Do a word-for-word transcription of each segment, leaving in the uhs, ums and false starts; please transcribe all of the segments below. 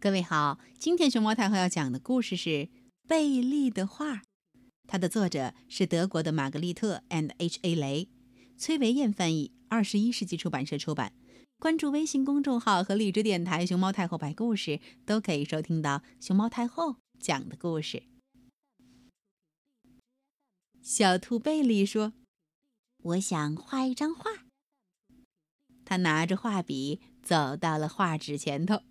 各位好，今天熊猫太后要讲的故事是《贝利的画》，它的作者是德国的玛格丽特 and H A 雷，崔维燕翻译，二十一世纪出版社出版。关注微信公众号和荔枝电台熊猫太后摆故事，都可以收听到熊猫太后讲的故事。小兔贝利说：“我想画一张画。”他拿着画笔走到了画纸前头。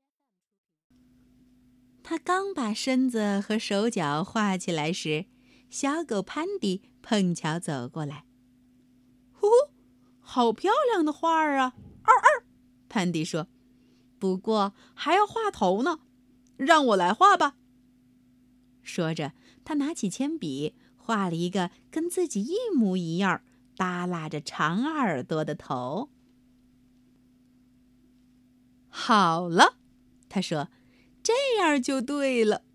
他刚把身子和手脚画起来时，小狗潘迪碰巧走过来。呼呼，好漂亮的画儿啊！二二，潘迪说。不过还要画头呢，让我来画吧。说着，他拿起铅笔，画了一个跟自己一模一样、耷拉着长耳朵的头。好了，他说。这样就对了。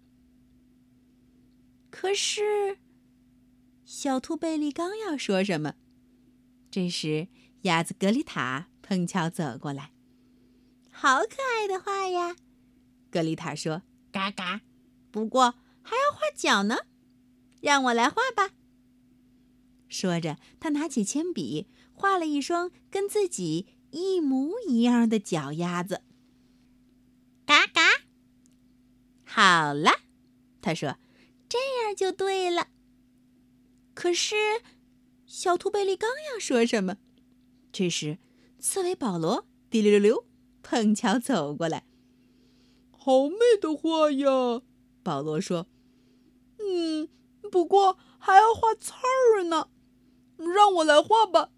可是，小兔贝利刚要说什么，这时鸭子格丽塔碰巧走过来。好可爱的画呀，格丽塔说。嘎嘎，不过还要画脚呢，让我来画吧。说着，他拿起铅笔，画了一双跟自己一模一样的脚丫子。嘎嘎。好了，他说，这样就对了。可是，小兔贝利刚要说什么，这时，刺猬保罗滴溜溜溜碰巧走过来。好美的画呀，保罗说。嗯，不过还要画刺儿呢，让我来画吧。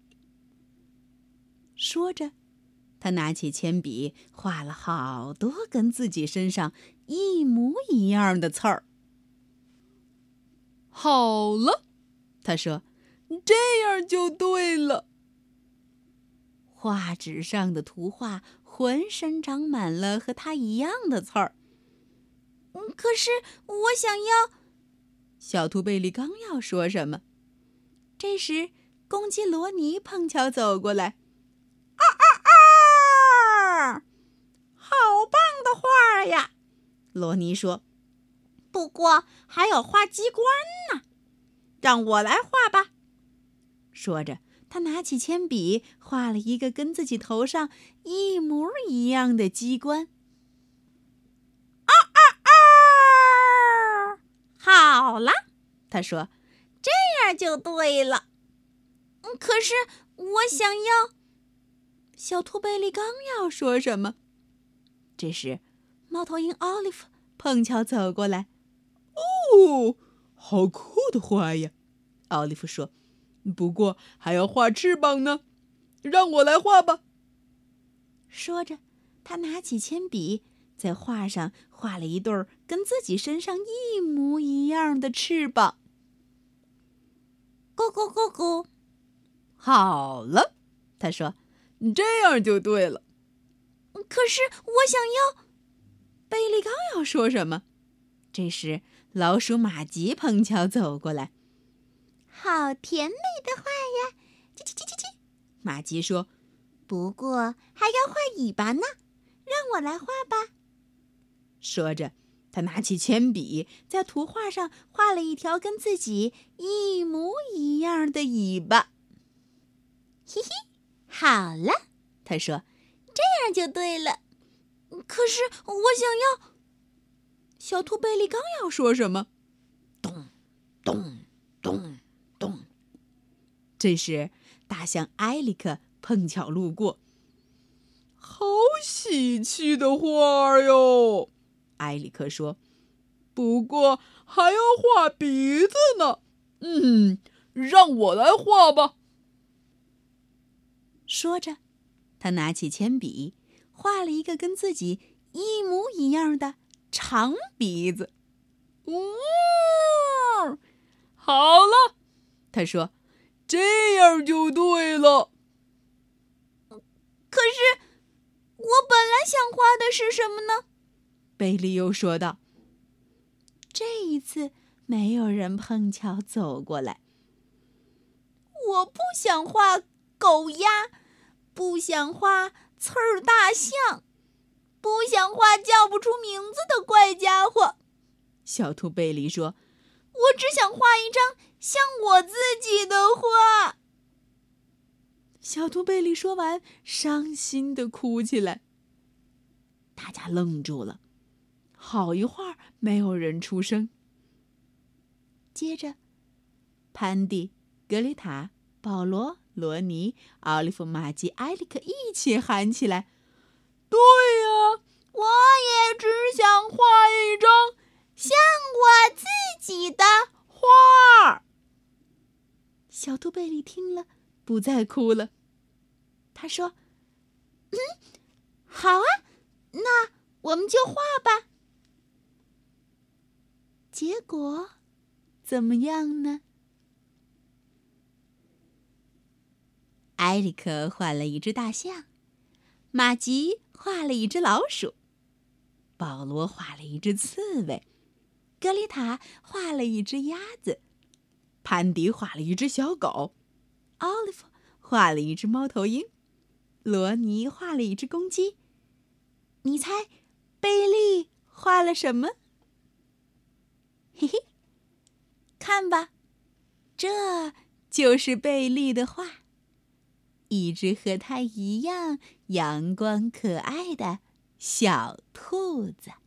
说着，他拿起铅笔，画了好多跟自己身上一模一样的刺儿。好了，他说，这样就对了。画纸上的图画浑身长满了和他一样的刺儿。可是我想要……小兔贝利刚要说什么，这时公鸡罗尼碰巧走过来。啊啊啊！好棒的画呀！罗尼说。不过还有画机关呢，让我来画吧。说着，他拿起铅笔，画了一个跟自己头上一模一样的机关。啊啊啊！好了，他说，这样就对了。可是我想要……小兔贝利刚要说什么，这时猫头鹰奥利弗碰巧走过来。哦，好酷的画呀，奥利弗说。不过还要画翅膀呢，让我来画吧。说着，他拿起铅笔，在画上画了一对跟自己身上一模一样的翅膀。咕咕咕咕，好了，他说，这样就对了。可是我想要……贝利刚要说什么，这时老鼠玛吉碰巧走过来。好甜美的画呀！叽叽叽叽叽，玛吉说。不过还要画尾巴呢，让我来画吧。说着，他拿起铅笔，在图画上画了一条跟自己一模一样的尾巴。嘿嘿，好了，他说，这样就对了。可是我想要……小兔贝利刚要说什么，咚咚咚咚，这时大象埃里克碰巧路过。好喜气的画哟，埃里克说。不过还要画鼻子呢，嗯，让我来画吧。说着，他拿起铅笔，画了一个跟自己一模一样的长鼻子。哦，好了，他说，这样就对了。可是我本来想画的是什么呢？贝利又说道。这一次没有人碰巧走过来。我不想画狗鸭，不想画刺儿大象，不想画叫不出名字的怪家伙。小兔贝利说：“我只想画一张像我自己的画。”小兔贝利说完，伤心地哭起来。大家愣住了，好一会儿没有人出声。接着，潘迪、格丽塔、保罗、罗尼、奥利弗、玛吉、埃里克一起喊起来：“对呀，我也只想画一张像我自己的画。”小兔贝利听了，不再哭了。他说：“嗯，好啊，那我们就画吧。”结果怎么样呢？埃里克画了一只大象，玛吉画了一只老鼠，保罗画了一只刺猬，格丽塔画了一只鸭子，潘迪画了一只小狗，奥利弗画了一只猫头鹰，罗尼画了一只公鸡。你猜贝利画了什么？嘿嘿，看吧，这就是贝利的画，一只和他一样阳光可爱的小兔子。